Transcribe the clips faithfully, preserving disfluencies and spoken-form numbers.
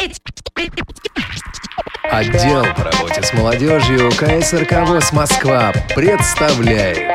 Отдел по работе с молодежью ка эс эр ка ВОС Москва представляет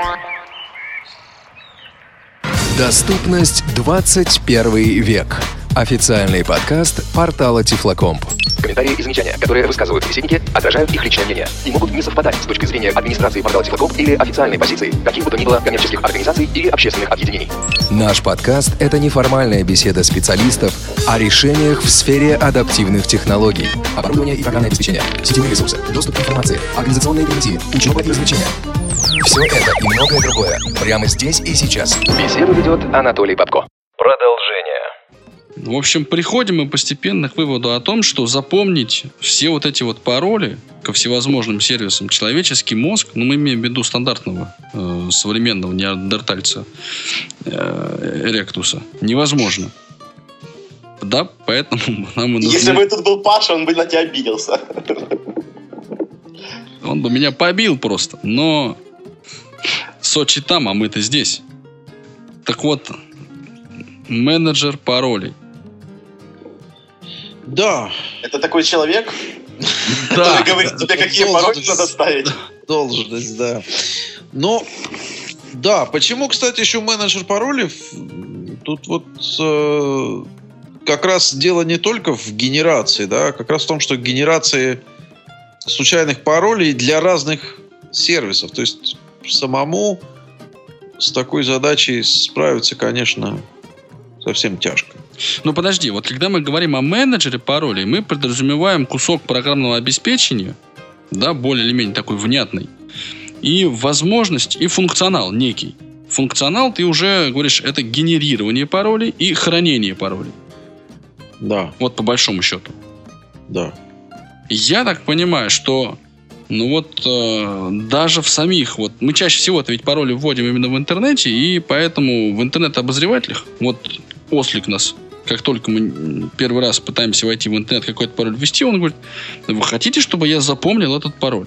«Доступность двадцать первый век». Официальный подкаст портала Тифлокомп. Комментарии и замечания, которые высказывают собеседники, отражают их личное мнение и могут не совпадать с точки зрения администрации портала Тифлокомп или официальной позиции каких бы то ни было коммерческих организаций или общественных объединений. Наш подкаст – это неформальная беседа специалистов о решениях в сфере адаптивных технологий. Оборудование и программное обеспечение, сетевые ресурсы, доступ к информации, организационные гарантии, учеба и развлечения. Все это и многое другое прямо здесь и сейчас. Беседу ведет Анатолий Бабко. Продолжение. В общем, приходим мы постепенно к выводу о том, что запомнить все вот эти вот пароли ко всевозможным сервисам человеческий мозг, ну мы имеем в виду стандартного э, современного неандертальца э, Эректуса, невозможно. Да, поэтому нам и нужны... Если бы тут был Паша, он бы на тебя обиделся. Он бы меня побил просто, но Сочи там, а мы-то здесь. Так вот, менеджер паролей. Да. Это такой человек, Да. который говорит тебе, какие пароли надо ставить. Должность, да. Но, да, почему, кстати, еще менеджер паролей? Тут вот э, как раз дело не только в генерации, да, а как раз в том, что генерации случайных паролей для разных сервисов. То есть самому с такой задачей справиться, конечно, совсем тяжко. Ну подожди, вот когда мы говорим о менеджере паролей, мы подразумеваем кусок программного обеспечения, да, более или менее такой внятный, и возможность, и функционал некий. Функционал, ты уже говоришь, это генерирование паролей и хранение паролей. Да. Вот по большому счету. Да. Я так понимаю, что ну вот э, даже в самих, вот мы чаще всего-то ведь пароли вводим именно в интернете, и поэтому в интернет-обозревателях, вот Ослик нас, как только мы первый раз пытаемся войти в интернет, какой-то пароль ввести, он говорит: вы хотите, чтобы я запомнил этот пароль?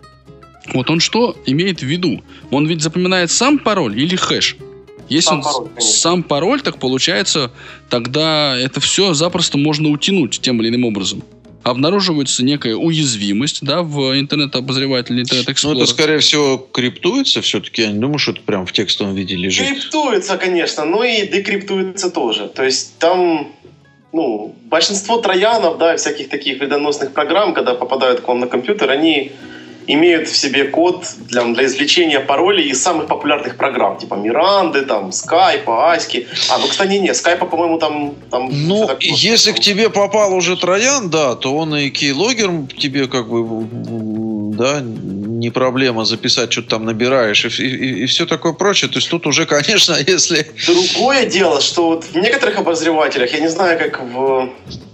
Вот он что имеет в виду? Он ведь запоминает сам пароль или хэш? Если Сам он пароль, сам пароль, так получается, тогда это все запросто можно утянуть тем или иным образом. Обнаруживается некая уязвимость, да, в интернет-обозревателе, интернет-эксплорере. Ну, это, скорее всего, криптуется все-таки. Я не думаю, что это прям в текстовом виде лежит. Криптуется, конечно, но и декриптуется тоже. То есть там, ну, большинство троянов, да, всяких таких вредоносных программ, когда попадают к вам на компьютер, они имеют в себе код для, для извлечения паролей из самых популярных программ, типа Миранды, там, Скайпа, Аськи. А, ну, кстати, нет, Скайпа, по-моему, там... там ну, если к тебе попал уже троян, да, то он и кейлогер тебе как бы, да, не проблема записать, что ты там набираешь и, и, и все такое прочее. То есть тут уже, конечно, если... Другое дело, что вот в некоторых обозревателях, я не знаю, как в,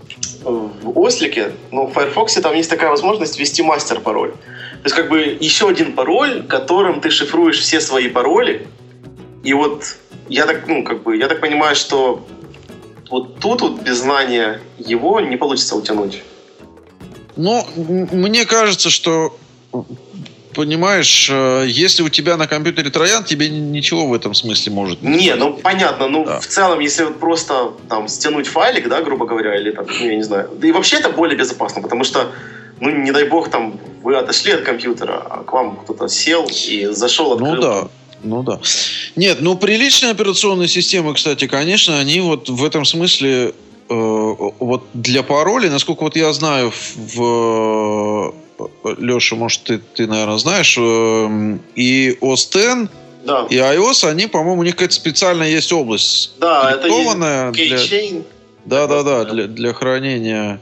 в Ослике, но в Firefox там есть такая возможность ввести мастер-пароль. То есть, как бы, еще один пароль, которым ты шифруешь все свои пароли. И вот я так, ну, как бы, я так понимаю, что вот тут вот без знания его не получится утянуть. Ну, мне кажется, что, понимаешь, если у тебя на компьютере троян, тебе ничего в этом смысле может быть. Не, ну, понятно. Ну, да. В целом, если вот просто там стянуть файлик, да, грубо говоря, или там, ну, я не знаю. Да и вообще это более безопасно, потому что, ну, не дай бог, там, вы отошли от компьютера, а к вам кто-то сел и зашел, открыл. Ну да, ну да. Нет, ну приличные операционные системы, кстати, конечно, они вот в этом смысле, э, вот для паролей, насколько вот я знаю, в, Леша, может, ты, ты наверное, знаешь, э, и о эс десять, да, и iOS, они, по-моему, у них какая-то специальная есть область. Да, это есть Keychain. Да, да, да, для, для хранения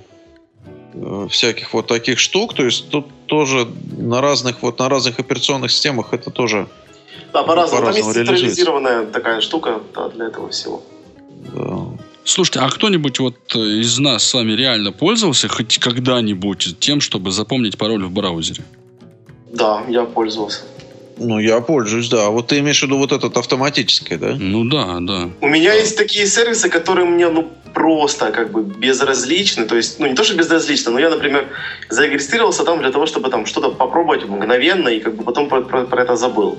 всяких вот таких штук, то есть тут тоже на разных вот на разных операционных системах это тоже да, по-разному. Там есть централизированная такая штука, да, для этого всего. Да. Слушайте, а кто-нибудь вот из нас с вами реально пользовался хоть когда-нибудь тем, чтобы запомнить пароль в браузере? Да, я пользовался. Ну, я пользуюсь, да. Вот ты имеешь в виду вот этот автоматический, да? Ну да, да. У меня есть такие сервисы, которые мне, ну, просто как бы безразличны. То есть, ну, не то, что безразлично, но я, например, зарегистрировался там для того, чтобы там что-то попробовать мгновенно и как бы потом про, про, про это забыл.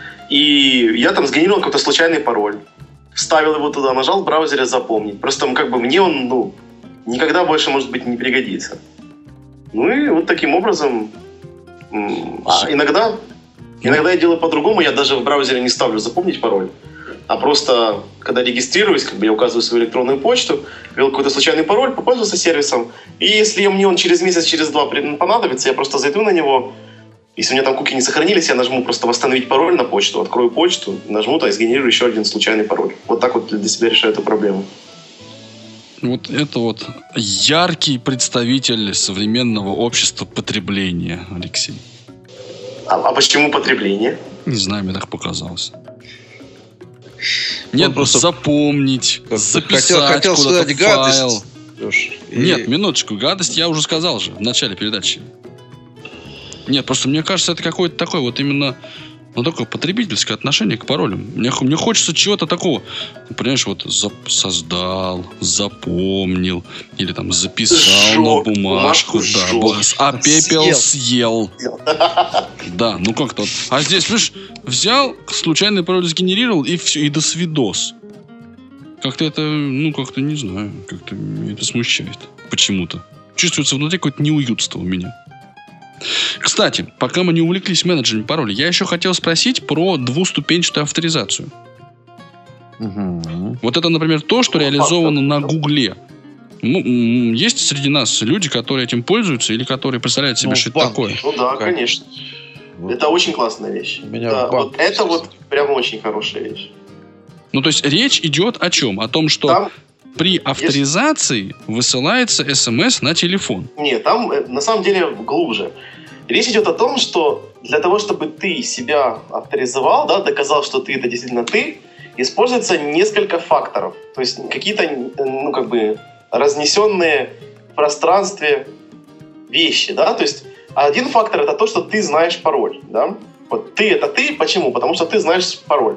И я там сгенерировал какой-то случайный пароль. Вставил его туда, нажал в браузере «Запомнить». Просто как бы мне он, ну, никогда больше, может быть, не пригодится. Ну и вот таким образом... А иногда, иногда я делаю по-другому, я даже в браузере не ставлю запомнить пароль, а просто, когда регистрируюсь, как бы я указываю свою электронную почту, ввел какой-то случайный пароль, попользовался сервисом, и если мне он через месяц, через два понадобится, я просто зайду на него, если у меня там куки не сохранились, я нажму просто «Восстановить пароль» на почту, открою почту, нажму, то сгенерирую еще один случайный пароль. Вот так вот для себя решаю эту проблему. Вот это вот яркий представитель современного общества потребления, Алексей. А, а почему потребление? Не знаю, мне так показалось. Нет, просто запомнить, записать хотел, хотел куда-то сказать файл. гадость. Леш, и... Нет, минуточку, гадость я уже сказал же в начале передачи. Нет, просто мне кажется, это какое-то такое вот именно, ну, такое потребительское отношение к паролям. Мне, мне хочется чего-то такого, понимаешь, вот зап- создал, запомнил, или там записал Сжег, на бумажку, бумажку да, сжег. а пепел съел. Съел. Да, ну как-то вот. А здесь, видишь, взял, случайный пароль сгенерировал, и все, и до свидос. Как-то это, ну, как-то, не знаю, как-то меня это смущает. Почему-то. Чувствуется внутри какое-то неуютство у меня. Кстати, пока мы не увлеклись менеджерами паролей, я еще хотел спросить про двуступенчатую авторизацию. Угу. Вот это, например, то, что реализовано на Гугле. Ну, есть среди нас люди, которые этим пользуются или которые представляют себе, Ну, что в это банке. такое? Ну да, Как? конечно. Вот. Это очень классная вещь. У меня Да, в банке вот это есть. вот прям очень хорошая вещь. Ну, то есть речь идет о чем? О том, что Там, при авторизации высылается смс на телефон. нет, там э, на самом деле глубже. Речь идет о том, что для того, чтобы ты себя авторизовал, да, доказал, что ты это действительно ты, используется несколько факторов. То есть какие-то, ну, как бы, разнесенные в пространстве вещи, да, то есть один фактор — это то, что ты знаешь пароль, да. Вот ты — это ты, почему? Потому что ты знаешь пароль.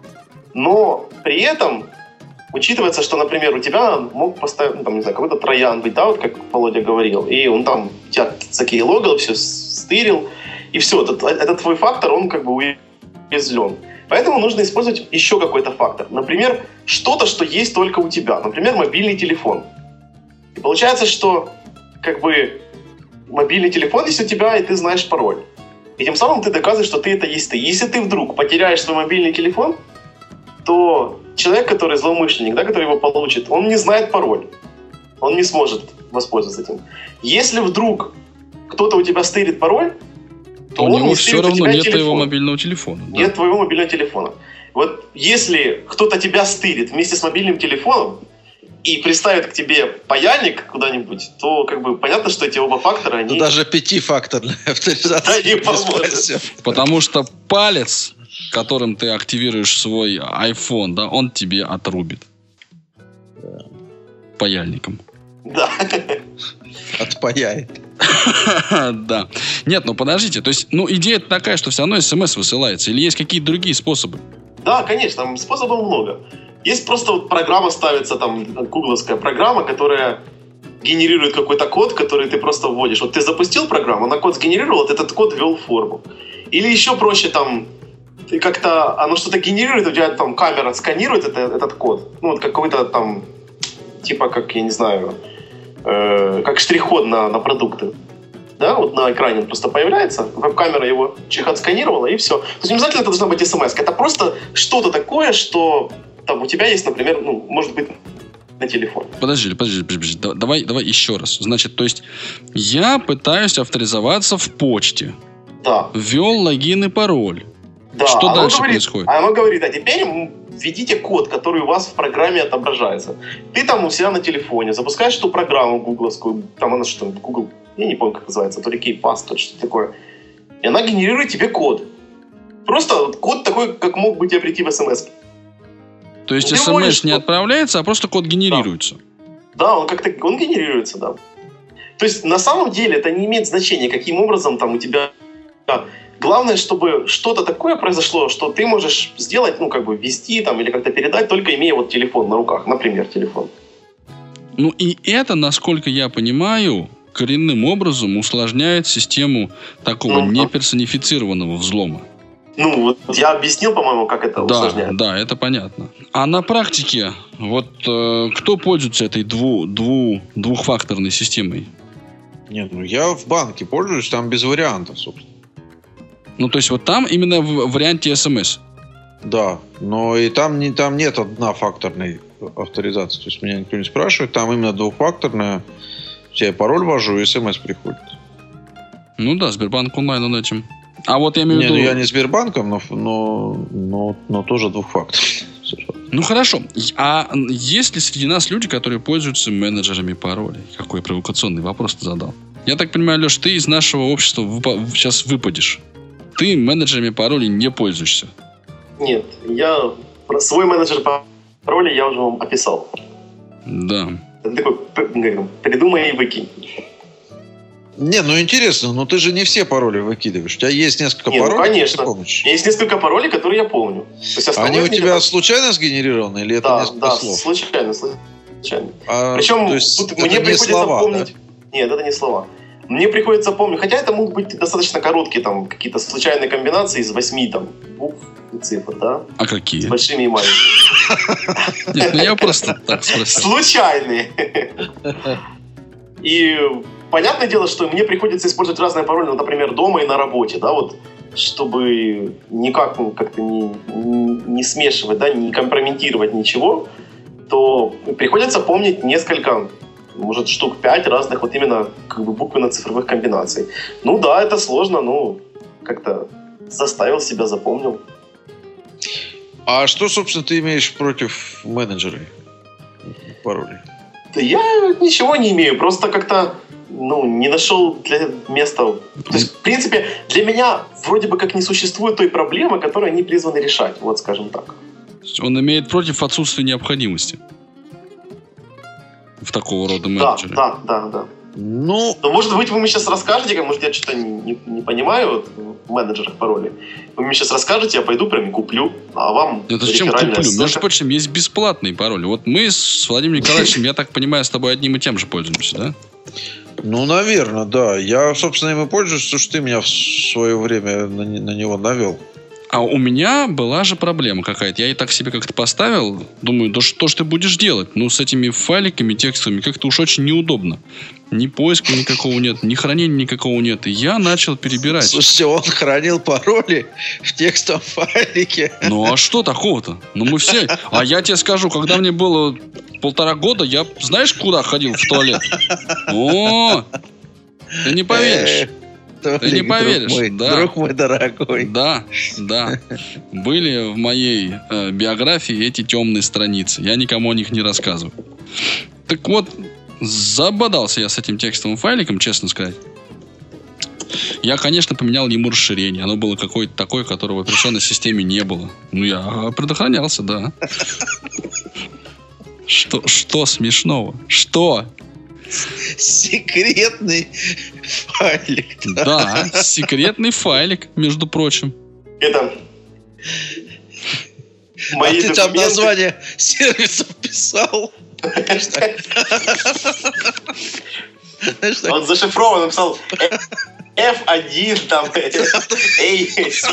Но при этом учитывается, что, например, у тебя мог поставить, ну, там, не знаю, какой-то троян быть, да, вот как Володя говорил, и он там тебя закейлогал, все стырил, и все, этот, этот твой фактор, он как бы уязвлен. Поэтому нужно использовать еще какой-то фактор. Например, что-то, что есть только у тебя. Например, мобильный телефон. И получается, что как бы мобильный телефон есть у тебя, и ты знаешь пароль. И тем самым ты доказываешь, что ты это есть ты. Если ты вдруг потеряешь свой мобильный телефон, то человек, который злоумышленник, да, который его получит, он не знает пароль. Он не сможет воспользоваться этим. Если вдруг кто-то у тебя стырит пароль, то у он него не все стырит у равно тебя нет телефон. твоего мобильного телефона. Да. Нет твоего мобильного телефона. Вот если кто-то тебя стырит вместе с мобильным телефоном и приставит к тебе паяльник куда-нибудь, то как бы понятно, что эти оба фактора, они... Ну, даже пятифакторная авторизация Да, не не поможет. спасет. Потому что палец, которым ты активируешь свой iPhone, да, он тебе отрубит. Паяльником. Да. Отпаяет. Да. Нет, ну подождите. То есть, ну, идея такая, что все равно смс высылается. Или есть какие-то другие способы? Да, конечно, там способов много. Есть просто вот программа ставится, там, гугловская программа, которая генерирует какой-то код, который ты просто вводишь. Вот ты запустил программу, она код сгенерировала, вот этот код ввел в форму. Или еще проще, там, ты как-то, оно что-то генерирует, у тебя там камера сканирует это, этот код. Ну, вот какой-то там, типа, как, я не знаю, э, как штрих-код на, на продукты. Да, вот на экране он просто появляется, веб-камера его чих отсканировала, и все. То есть не обязательно это должна быть смс. Это просто что-то такое, что там у тебя есть, например, ну, может быть, на телефоне. Подожди, подожди, подожди. Давай, давай еще раз. Значит, то есть я пытаюсь авторизоваться в почте. Да. Ввел логин и пароль. Да. Что оно дальше говорит, происходит? А оно говорит, а теперь введите код, который у вас в программе отображается. Ты там у себя на телефоне запускаешь эту программу гугловскую, там она что, Google, я не помню, как называется, то ли Keypass, то ли что-то такое. И она генерирует тебе код. Просто код такой, как мог бы тебе прийти в смс. То есть Ты смс вводишь не код. отправляется, а просто код генерируется. Да, он как-то, он генерируется, да. То есть на самом деле это не имеет значения, каким образом там у тебя... Главное, чтобы что-то такое произошло, что ты можешь сделать, ну, как бы ввести там или как-то передать, только имея вот телефон на руках, например, телефон. Ну и это, насколько я понимаю, коренным образом усложняет систему такого Мгм. неперсонифицированного взлома. Ну, вот я объяснил, по-моему, как это Да, усложняет. да, это понятно. А на практике, вот э, кто пользуется этой дву, дву, двухфакторной системой? Нет, ну я в банке пользуюсь, там без вариантов, собственно. Ну, то есть вот там именно в варианте эс эм эс. Да, но и там, не, там нет однофакторной авторизации. То есть меня никто не спрашивает, там именно двухфакторная. Я пароль ввожу, и смс приходит. Ну да, Сбербанк онлайн он этим. А вот я имею в Не, виду... ну я не Сбербанком, но, но, но, но тоже двухфакторный. Ну хорошо. А есть ли среди нас люди, которые пользуются менеджерами паролей? Какой провокационный вопрос ты задал. Я так понимаю, Леш, ты из нашего общества выпа- сейчас выпадешь. Ты менеджерами паролей не пользуешься. Нет, я про свой менеджер паролей я уже вам описал. Да. Это такой, п- придумай и выкинь. Не, ну интересно, но ты же не все пароли выкидываешь. У тебя есть несколько Не, ну, паролей, конечно. ты помнишь? Есть несколько паролей, которые я помню. То есть Они у остальное тебя не- случайно сгенерированы или это Да, несколько да, слов? случайно, случайно. А, Причем то есть тут это мне не приходится слова, помнить... Нет, это не слова. Мне приходится помнить, хотя это могут быть достаточно короткие, там, какие-то случайные комбинации из восьми там, букв и цифр, да? А С какие? большими и маленькими. Нет, ну я просто так спросил. Случайные. И понятное дело, что мне приходится использовать разные пароли, ну, например, дома и на работе, да, вот, чтобы никак ну, как-то не, не смешивать, да, не компрометировать ничего, то приходится помнить несколько, может, штук пять разных вот именно как бы буквенно-цифровых комбинаций. Ну да, это сложно, но как-то заставил себя, запомнил. А что, собственно, ты имеешь против менеджеров паролей? Да я ничего не имею, просто как-то ну, не нашел для места. То есть, в принципе, для меня вроде бы как не существует той проблемы, которую они призваны решать, вот скажем так. Он имеет против отсутствия необходимости в такого рода Да, менеджере. да, да, да. Ну, Но, может быть, вы мне сейчас расскажете, как, может, я что-то не, не, не понимаю вот, в менеджерах паролей. Вы мне сейчас расскажете, я пойду прям и куплю, а вам Это зачем реферальная куплю? ссылка. Между прочим, есть бесплатные пароли. Вот мы с Владимиром Николаевичем, я так понимаю, с тобой одним и тем же пользуемся, да? ну, наверное, да. Я, собственно, им и пользуюсь, потому что ты меня в свое время на, не- на него навел. А у меня была же проблема какая-то. Я и так себе как-то поставил. Думаю, да что ж ты будешь делать? Ну, с этими файликами текстовыми как-то уж очень неудобно. Ни поиска никакого нет, ни хранения никакого нет. И я начал перебирать. Слушайте, он хранил пароли в текстовом файлике. Ну, а что такого-то? Ну, мы все... А я тебе скажу, когда мне было полтора года, я, знаешь, куда ходил? В туалет. О, ты не поверишь. Толик, Ты не поверишь, друг мой, да. друг мой дорогой. Да, да. Были в моей э, биографии эти темные страницы. Я никому о них не рассказываю. Так вот, забодался я с этим текстовым файликом, честно сказать. Я, конечно, поменял ему расширение. Оно было какое-то такое, которого в операционной системе не было. Ну, я предохранялся, да. Что, что смешного? Что? Секретный файлик. Да, секретный файлик, между прочим. Это... А Мои ты там документы. название сервисов писал? Знаешь, так, Он зашифрован, написал эф один, там, эй, си.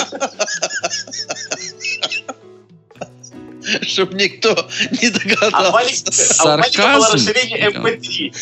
чтоб никто не А в догадался. маленьком а в маленьком было Сарказм. расширение эм пэ три.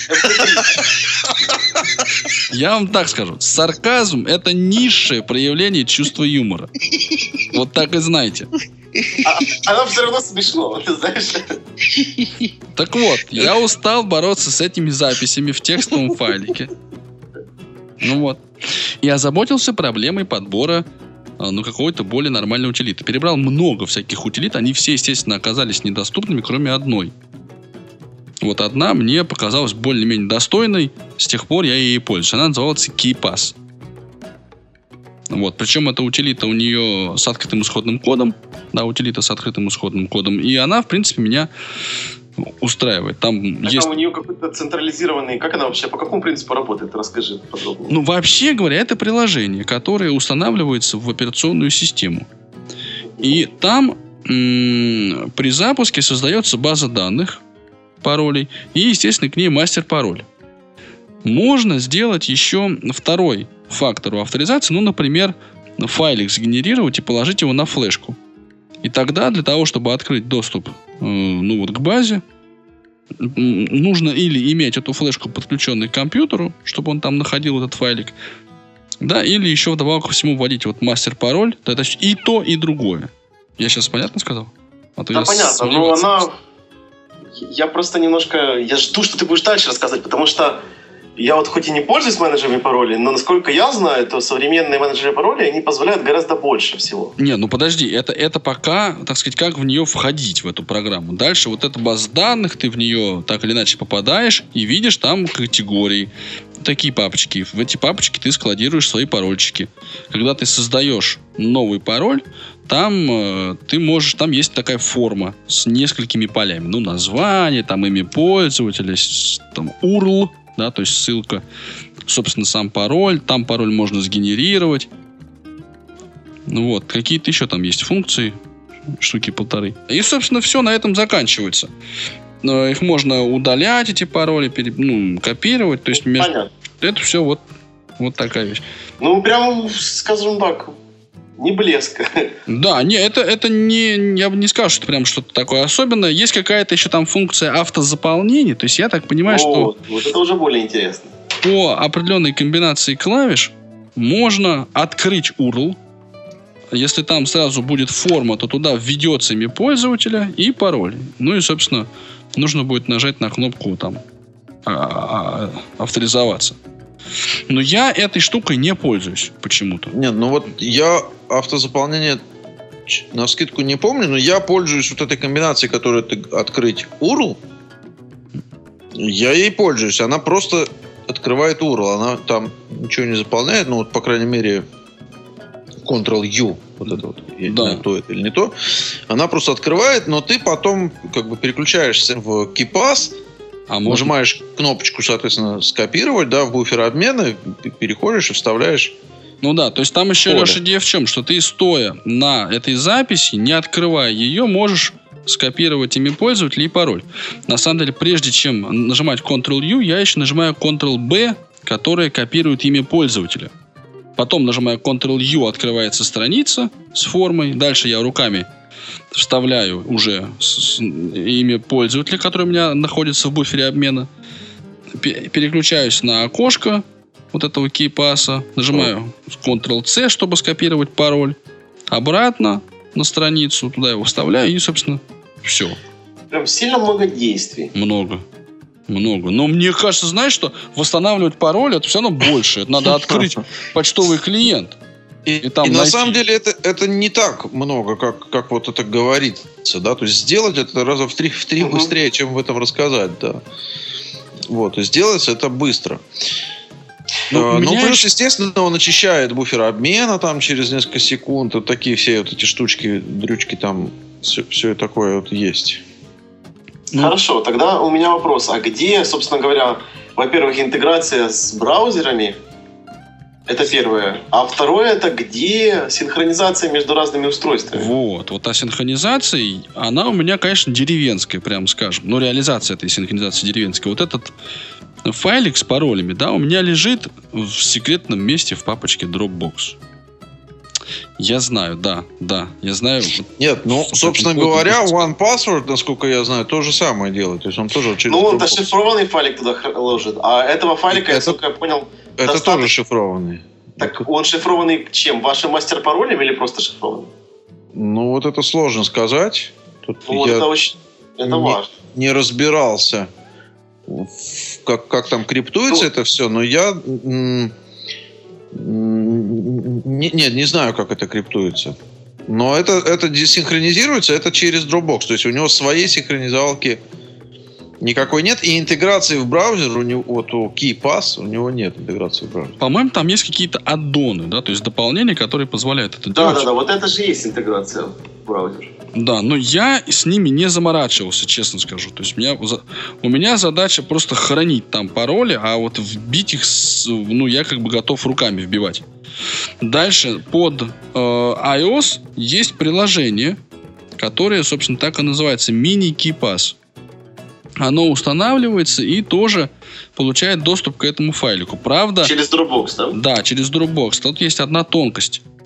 Я вам так скажу. Сарказм — это низшее проявление чувства юмора. Вот так и знаете. А оно все равно смешно, ты знаешь. Так вот, я устал бороться с этими записями в текстовом файлике. Ну вот. И озаботился проблемой подбора а, ну, какой-то более нормальной утилиты. Перебрал много всяких утилит. Они все, естественно, оказались недоступными, кроме одной. Вот одна мне показалась более-менее достойной. С тех пор я ей пользуюсь. Она называлась KeyPass. Вот. Причем эта утилита у нее с открытым исходным кодом. Да, утилита с открытым исходным кодом. И она, в принципе, меня устраивает. Там Это есть... у нее какой-то централизированный... Как она вообще, по какому принципу работает? Расскажи подробнее. Ну, вообще говоря, это приложение, которое устанавливается в операционную систему. И там м- при запуске создается база данных, паролей, и, естественно, к ней мастер-пароль. Можно сделать еще второй фактор авторизации, ну, например, файлик сгенерировать и положить его на флешку. И тогда для того, чтобы открыть доступ э, ну вот, к базе, нужно или иметь эту флешку подключенной к компьютеру, чтобы он там находил этот файлик, да, или еще вдобавок ко всему вводить вот мастер-пароль, то это и то, и другое. Я сейчас понятно сказал? А то да, я понятно, но она... Я просто немножко... Я жду, что ты будешь дальше рассказывать, потому что я вот хоть и не пользуюсь менеджерами паролей, но насколько я знаю, то современные менеджеры паролей, они позволяют гораздо больше всего. Не, ну подожди, это, это пока, так сказать, как в нее входить, в эту программу. Дальше вот эта база данных, ты в нее так или иначе попадаешь и видишь там категории, такие папочки. В эти папочки ты складируешь свои парольчики. Когда ты создаешь новый пароль, там э, ты можешь, там есть такая форма с несколькими полями. Ну, название, там имя пользователя, там ю ар эл, да, то есть ссылка, собственно, сам пароль. Там пароль можно сгенерировать. Ну вот, какие-то еще там есть функции, штуки полторы. И, собственно, все на этом заканчивается. Но их можно удалять, эти пароли, пере, ну, копировать. То есть между... Понятно. Это все вот, вот такая вещь. Ну, прям, скажем так, не блеск. Да, не, это, это не, я бы не сказал, что это прям что-то такое особенное. Есть какая-то еще там функция автозаполнения. То есть я так понимаю, вот, что вот это уже более интересно. по определенной комбинации клавиш можно открыть ю ар эл. Если там сразу будет форма, то туда введется имя пользователя и пароль. Ну и, собственно, нужно будет нажать на кнопку там а- а- авторизоваться. Но я этой штукой не пользуюсь почему-то. Нет, ну вот я автозаполнение на скидку не помню, но я пользуюсь вот этой комбинацией, которую ты открыть ю ар эл. Я ей пользуюсь. Она просто открывает ю ар эл. Она там ничего не заполняет, ну вот, по крайней мере, контрол-ю, вот это вот, я не да. знаю, то это или не то. Она просто открывает, но ты потом как бы переключаешься в KeePass, а нажимаешь можно... кнопочку, соответственно, скопировать, да, в буфер обмена, переходишь и вставляешь. Ну да, то есть там еще, поле. Леша, идея в чем? Что ты, стоя на этой записи, не открывая ее, можешь скопировать имя пользователя и пароль. На самом деле, прежде чем нажимать контрол-ю, я еще нажимаю контрол-бэ, которая копирует имя пользователя. Потом, нажимая контрол-ю, открывается страница с формой. Дальше я руками вставляю уже с, с, имя пользователя, которое у меня находится в буфере обмена. Переключаюсь на окошко вот этого KeePass. Нажимаю контрол-C, чтобы скопировать пароль. Обратно на страницу. Туда его вставляю и, собственно, все. Прям сильно много действий. Много. Много. Но мне кажется, знаешь, что восстанавливать пароль, это все равно больше. Это надо открыть почтовый клиент. И, и, там и найти. На самом деле это, это не так много, как, как вот это говорится. Да? То есть сделать это раза в три, в три uh-huh. быстрее, чем в этом рассказать. Да. Вот. И сделается это быстро. Ну, ну плюс, еще... естественно, он очищает буфер обмена там через несколько секунд. Вот такие все вот эти штучки, дрючки там, все, все такое вот есть. Ну. Хорошо, тогда у меня вопрос. А где, собственно говоря, во-первых, интеграция с браузерами? Это первое. А второе, это где синхронизация между разными устройствами? Вот. Вот а синхронизация, она у меня, конечно, деревенская, прямо скажем. Но реализация этой синхронизации деревенская. Вот этот файлик с паролями, да, у меня лежит в секретном месте в папочке Dropbox. Я знаю, да, да, я знаю. Нет, ну, собственно говоря, OnePassword, насколько я знаю, то же самое делает. То есть он тоже через Ну, он Dropbox. зашифрованный файлик туда ложит, а этого файлика, это, насколько я понял, это достаточно... тоже шифрованный. Так он шифрованный чем? Вашим мастер-паролем или просто шифрованный? Ну, вот это сложно сказать. Тут ну, я это очень... Это не, важно. Не разбирался, как, как там криптуется ну, это все, но я... М- Нет, не, не знаю, как это криптуется. Но это, это десинхронизируется, это через Dropbox. То есть у него своей синхронизовалки никакой нет. И интеграции в браузер у него, вот у KeePass, у него нет интеграции в браузер. По-моему, там есть какие-то аддоны, да, то есть дополнения, которые позволяют это да, делать. Да, да, да, вот это же есть интеграция в браузер. Да, но я с ними не заморачивался, честно скажу. То есть у меня, у меня задача просто хранить там пароли, а вот вбить их, ну, я как бы готов руками вбивать. Дальше под э, iOS есть приложение, которое, собственно, так и называется Mini KeePass. Оно устанавливается и тоже получает доступ к этому файлику. Правда? Через Dropbox, да? Да, через Dropbox. Тут есть одна тонкость.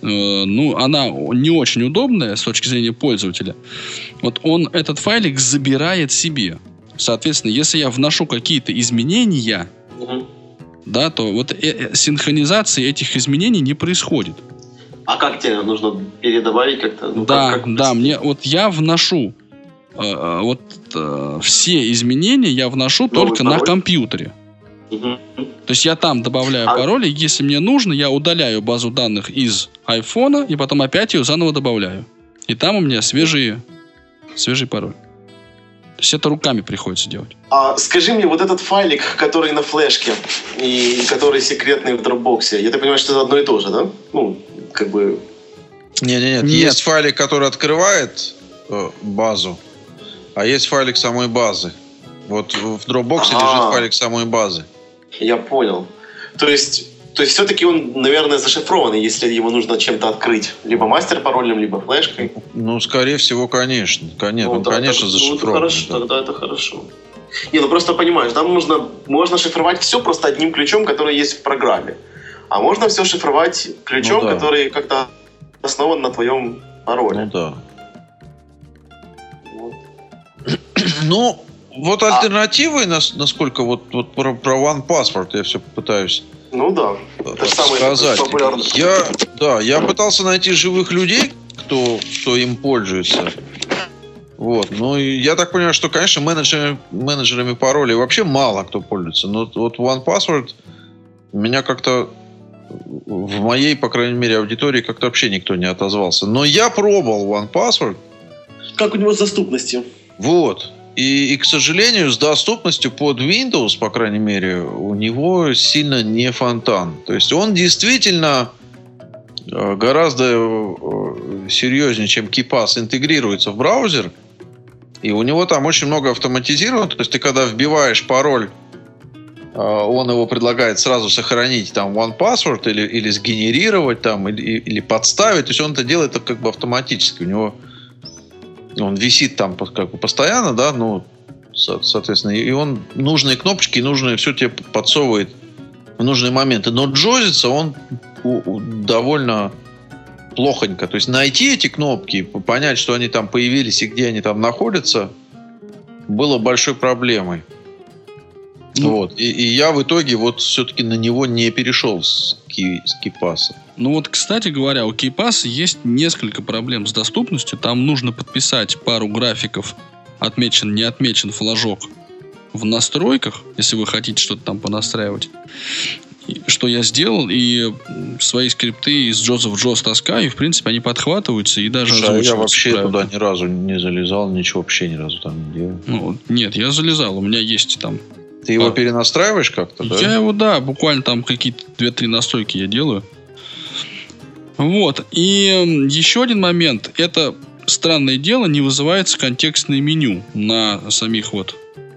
ну, она не очень удобная с точки зрения пользователя. Вот он этот файлик забирает себе. Соответственно, если я вношу какие-то изменения, угу. да, то вот э- э- синхронизации этих изменений не происходит. А как тебе нужно передобавить как-то? Ну, да, как, как да, мне вот я вношу э, вот э, все изменения я вношу Новый только пароль? На компьютере. Угу. То есть я там добавляю а... пароли, если мне нужно, я удаляю базу данных из айфона и потом опять ее заново добавляю. И там у меня свежий, свежий пароль. То есть это руками приходится делать. А скажи мне, вот этот файлик, который на флешке и который секретный в Dropbox, я так понимаю, что это одно и то же, да? Ну, как бы... Нет, нет, нет. Есть файлик, который открывает э, базу, а есть файлик самой базы. Вот в Dropbox ага. лежит файлик самой базы. Я понял. То есть, то есть все-таки он, наверное, зашифрованный, если его нужно чем-то открыть. Либо мастер-паролем, либо флешкой. Ну, скорее всего, конечно. Конечно, ну, он, да, конечно, это, зашифрован. Ну, это хорошо, да. Тогда это хорошо. Не, ну просто понимаешь, там нужно, можно шифровать все просто одним ключом, который есть в программе. А можно все шифровать ключом, ну, да. который как-то основан на твоем пароле. Ну да. Вот. Ну, вот альтернативы, а... насколько вот, вот про, про OnePassword я все пытаюсь ну, да. это сказать. Я, да, я пытался найти живых людей, кто, кто им пользуется. Вот. Ну, я так понимаю, что, конечно, менеджерами, менеджерами паролей вообще мало кто пользуется. Но вот OnePassword меня как-то в моей, по крайней мере, аудитории как-то вообще никто не отозвался. Но я пробовал OnePassword. Как у него с доступностью? Вот. И, и, к сожалению, с доступностью под Windows, по крайней мере, у него сильно не фонтан. То есть он действительно гораздо серьезнее, чем KeePass, интегрируется в браузер. И у него там очень много автоматизировано. То есть ты когда вбиваешь пароль, он его предлагает сразу сохранить там OnePassword или, или сгенерировать там, или, или подставить. То есть он это делает как бы автоматически. У него он висит там как бы постоянно, да, ну, соответственно, и он нужные кнопочки, нужные все тебе подсовывает в нужные моменты. Но джозится он довольно плохонько. То есть найти эти кнопки, понять, что они там появились и где они там находятся, было большой проблемой. Ну, вот. И, и я в итоге вот все-таки на него не перешел с, ки, с KeePass. Ну вот, кстати говоря, у KeePass есть несколько проблем с доступностью. Там нужно подписать пару графиков, отмечен, не отмечен флажок в настройках, если вы хотите что-то там понастраивать. И, что я сделал, и свои скрипты из джоза в джоз таскаю, и в принципе они подхватываются и даже озвучиваются. Я вообще правильно. Туда ни разу не залезал, ничего вообще ни разу там не делал. Ну, нет, я залезал, у меня есть там. Ты его а, перенастраиваешь как-то, да? Я его, да, буквально там какие-то две-три настройки я делаю. Вот. И еще один момент. Это, странное дело, не вызывается контекстное меню на самих вот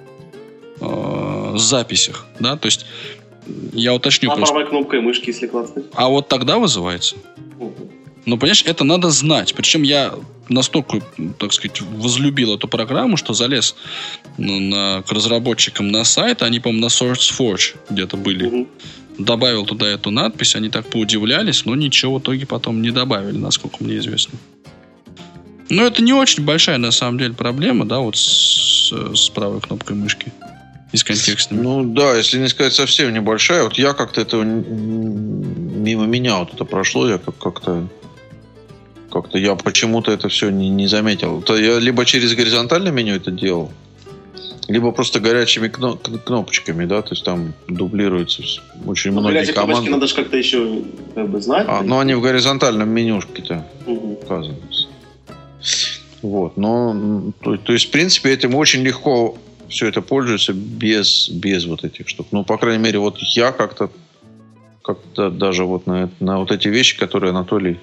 э, записях. Да? То есть, я уточню. А просто. Правой кнопкой мышки, если классно. А вот тогда вызывается. Угу. Ну, понимаешь, это надо знать. Причем я настолько, так сказать, возлюбил эту программу, что залез ну, на, к разработчикам на сайт. Они, по-моему, на SourceForge где-то были. Угу. Добавил туда эту надпись. Они так поудивлялись, но ничего в итоге потом не добавили, насколько мне известно. Но это не очень большая, на самом деле, проблема, да, вот с, с правой кнопкой мышки. И с контекстами. Ну, да, если не сказать совсем небольшая. Вот я как-то это мимо меня вот это прошло. Я как- как-то Как-то я почему-то это все не, не заметил. То я либо через горизонтальное меню это делал, либо просто горячими кно- кнопочками, да, то есть там дублируется очень ну, многие команды. Кнопочки надо же как-то еще как бы знать. А, ну, они в горизонтальном менюшке-то угу. указываются. Вот, но, то, то есть, в принципе, этим очень легко все это пользуется без, без вот этих штук. Ну, по крайней мере, вот я как-то, как-то даже вот на, на вот эти вещи, которые Анатолий...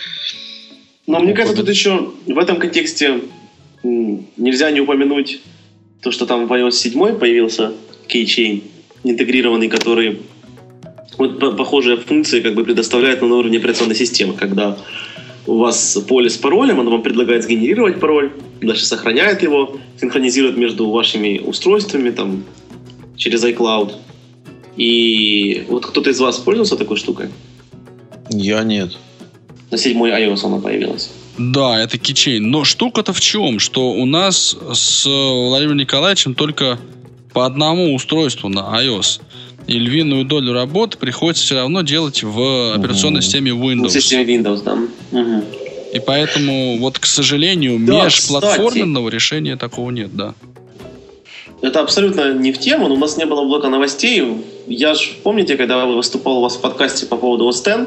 Но мне кажется, тут еще в этом контексте нельзя не упомянуть то, что там в ай о эс семь появился Keychain интегрированный, который вот похожие функции как бы предоставляет на уровне операционной системы, когда у вас поле с паролем, оно вам предлагает сгенерировать пароль, дальше сохраняет его, синхронизирует между вашими устройствами там, через iCloud. И вот кто-то из вас пользовался такой штукой? Я нет. На седьмой iOS она появилась. Да, это кичейн. Но штука-то в чем? Что у нас с Владимиром Николаевичем только по одному устройству на iOS. И львиную долю работы приходится все равно делать в операционной mm-hmm. системе Windows. В системе Windows, да. Mm-hmm. И поэтому, вот, к сожалению, да, межплатформенного кстати, решения такого нет, да. Это абсолютно не в тему, но у нас не было блока новостей. Я же, помните, когда выступал у вас в подкасте по поводу о эс икс,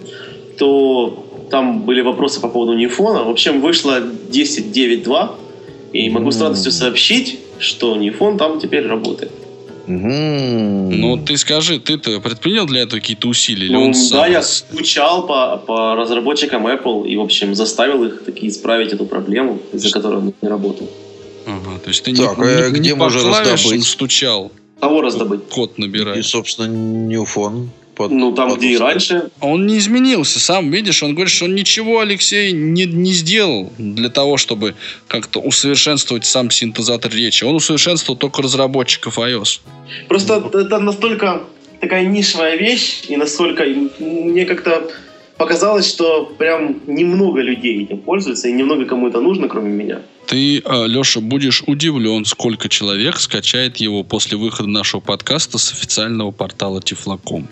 то там были вопросы по поводу Ньюфона. В общем, вышло десять девять два, и могу с радостью сообщить, что Ньюфон там теперь работает. Mm-hmm. Ну, ты скажи, ты-то предпринял для этого какие-то усилия? Ну, он да, сам... я стучал по, по разработчикам Apple и, в общем, заставил их таки исправить эту проблему, из-за которой он не работал. Ага, то есть ты так, не, а не, где не по клавишам стучал? Кого раздобыть? Код набирать. И, собственно, Ньюфон. Под, ну, там, под где и раньше. Он не изменился. Сам видишь, он говорит, что он ничего, Алексей, не, не сделал для того, чтобы как-то усовершенствовать сам синтезатор речи. Он усовершенствовал только разработчиков iOS. Просто mm-hmm. это настолько такая нишевая вещь, и настолько мне как-то показалось, что прям немного людей этим пользуются, и немного кому это нужно, кроме меня. Ты, Леша, будешь удивлен, сколько человек скачает его после выхода нашего подкаста с официального портала Тифлокомп.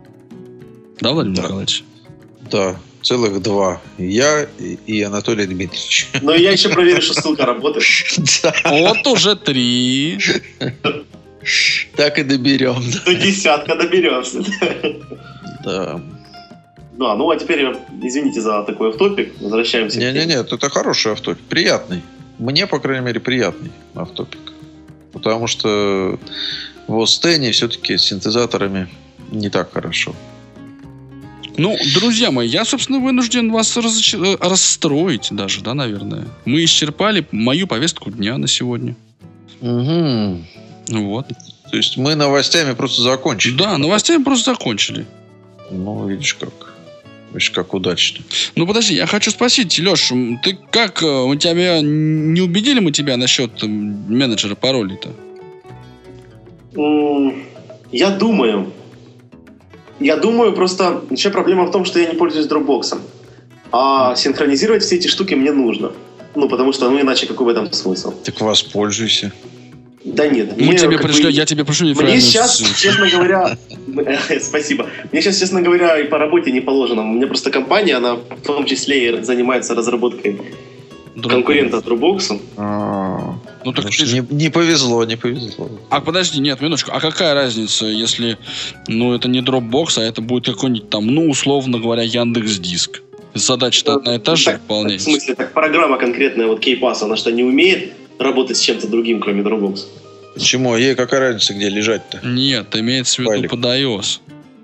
Да, Владимир да. Николаевич? Да, целых два. Я и Анатолий Дмитриевич. Но я еще проверю, что ссылка работает. Вот уже три. Так и доберем. До десятка доберемся. Да. Да, ну а теперь, извините за такой автопик. Возвращаемся. Не-не-нет, это хороший автопик. Приятный. Мне, по крайней мере, приятный автопик. Потому что в о эс икс все-таки с синтезаторами не так хорошо. Ну, друзья мои, я, собственно, вынужден вас разоч... расстроить даже, да, наверное. Мы исчерпали мою повестку дня на сегодня. Угу. Вот. То есть мы новостями просто закончили. Да, новостями просто закончили. Ну, видишь как. Видишь, как удачно. Ну, подожди, я хочу спросить, Леш, ты как, мы тебя, не убедили мы тебя насчет менеджера паролей-то? Я думаю... Я думаю, просто еще проблема в том, что я не пользуюсь Dropbox. А синхронизировать все эти штуки мне нужно. Ну, потому что, ну, иначе какой в этом смысл? Так воспользуйся. Да нет. Мы мне, тебе пришлем, бы, я тебе пришлю Мне сейчас, честно говоря... Спасибо. Мне сейчас, честно говоря, и по работе не положено. У меня просто компания, она в том числе и занимается разработкой конкурента Dropbox. Ну, так ты... не, не повезло, не повезло. А подожди, нет, минуточку. А какая разница, если, ну, это не Dropbox, а это будет какой-нибудь там, ну, условно говоря, Яндекс.Диск? Задача-то одна и та же выполняется. В смысле, так программа конкретная, вот Кейпас, она что, не умеет работать с чем-то другим, кроме Dropbox? Почему? Ей какая разница, где лежать-то? Нет, имеется в виду Файлик. Под iOS.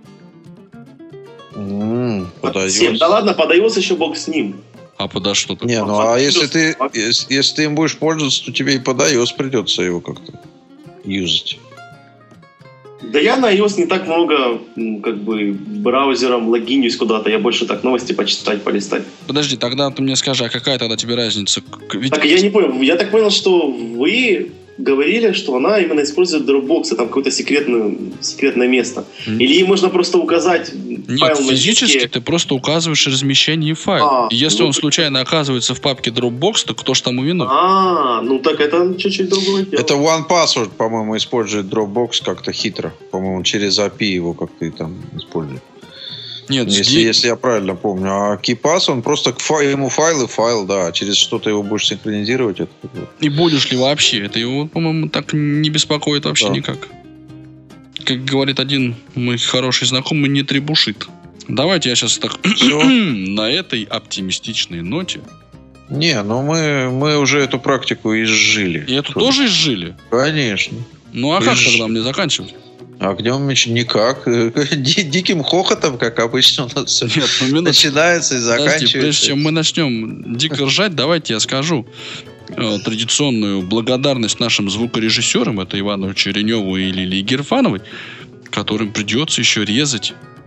Mm, под iOS. Всем. Да ладно, под iOS еще бог с ним. А подо что ты? Не, ну а если ты, если, если ты им будешь пользоваться, то тебе и под iOS придется его как-то юзать. Да я на iOS не так много, как бы, браузером логинюсь куда-то. Я больше так новости почитать, полистать. Подожди, тогда ты мне скажи, а какая тогда тебе разница? Ведь... Так я не понял. Я так понял, что вы говорили, что она именно использует Dropbox, там какое-то секретное, секретное место. Mm. Или ей можно просто указать Нет, файл на физически диске. Ты просто указываешь размещение файла. А, И если ну, он случайно оказывается в папке Dropbox, то кто ж там виноват? А, ну так это чуть-чуть другое дело. Это OnePassword, по-моему, использует Dropbox как-то хитро. По-моему, через эй пи ай его как-то там использует. Нет, если, здесь... если я правильно помню. А KeePass, он просто к фай, ему файл и файл, да. Через что-то его будешь синхронизировать. Это... И будешь ли вообще? Это его, по-моему, так не беспокоит вообще да. никак. Как говорит один мой хороший знакомый, не требушит. Давайте я сейчас так на этой оптимистичной ноте. Не, ну мы, мы уже эту практику изжили. И эту тоже, тоже изжили? Конечно. Ну а Изж... как тогда мне заканчивать? Огнем меч никак. Диким хохотом, как обычно у нас Нет, ну, начинается и заканчивается. Подожди, прежде чем мы начнем дико ржать, давайте я скажу э, традиционную благодарность нашим звукорежиссерам, это Ивану Череневу и Лилии Герфановой, которым придется еще резать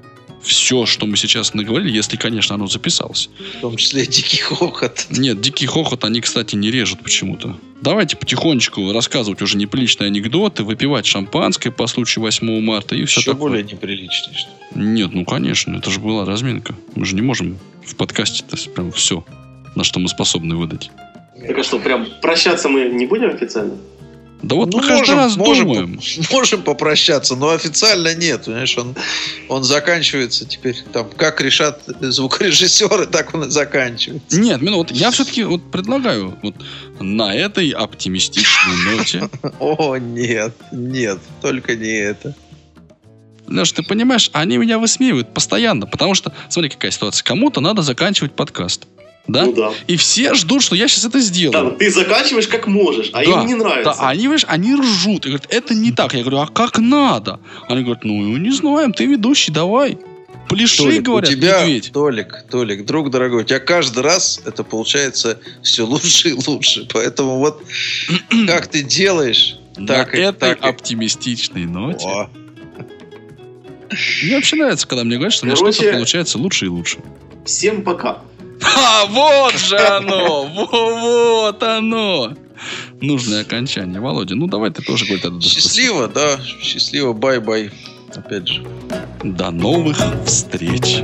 все, что мы сейчас наговорили, если, конечно, оно записалось. В том числе и дикий хохот. Нет, дикий хохот они, кстати, не режут почему-то. Давайте потихонечку рассказывать уже неприличные анекдоты, выпивать шампанское по случаю восьмого марта и все Еще такое. более неприличный, что ли? Нет, ну, конечно, это же была разминка. Мы же не можем в подкасте-то прям все, на что мы способны выдать. Так а что, прям прощаться мы не будем официально? Да вот Ну, мы каждый раз можем, думаем. можем попрощаться, но официально нет. Понимаешь, он, он заканчивается теперь там, как решат звукорежиссеры, так он и заканчивается. Нет, ну вот я все-таки вот предлагаю вот на этой оптимистичной ноте. О, нет, нет, только не это. Леш, ты понимаешь, они меня высмеивают постоянно, потому что, смотри, какая ситуация. Кому-то надо заканчивать подкаст. Да? Ну да. И все ждут, что я сейчас это сделаю. Да, ты заканчиваешь как можешь, а Да, им не нравится. Да, они, видишь, они ржут. И говорят, это не так. Я говорю, а как надо? Они говорят, ну, не знаем, ты ведущий, давай. Пляши, Толик, говорят, у тебя, медведь. Толик, Толик, друг дорогой, у тебя каждый раз это получается все лучше и лучше. Поэтому вот как ты делаешь, На так и этой так и- оптимистичной ноте. О. Мне вообще нравится, когда мне говорят, что у меня Короче, что-то получается лучше и лучше. Всем пока. А, вот же оно! Во- Вот оно! Нужное окончание. Володя, ну давай ты тоже говори тогда. Счастливо, да, счастливо, бай-бай. Опять же. До новых встреч.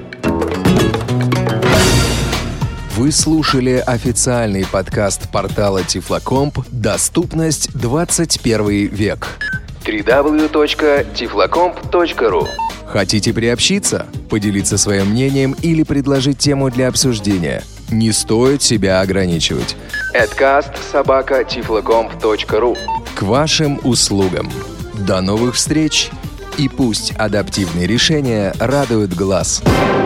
Вы слушали официальный подкаст портала Тифлокомп «Доступность двадцать первый век». дабл ю дабл ю дабл ю точка тифлокомп точка ру. Хотите приобщиться, поделиться своим мнением или предложить тему для обсуждения? Не стоит себя ограничивать. Эдкаст собака тифлокомп точка ру. К вашим услугам. До новых встреч! И пусть адаптивные решения радуют глаз.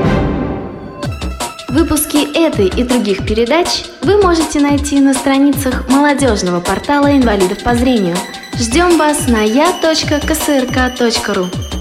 Выпуски этой и других передач вы можете найти на страницах молодежного портала инвалидов по зрению. Ждем вас на я точка ка эс эр ка точка ру.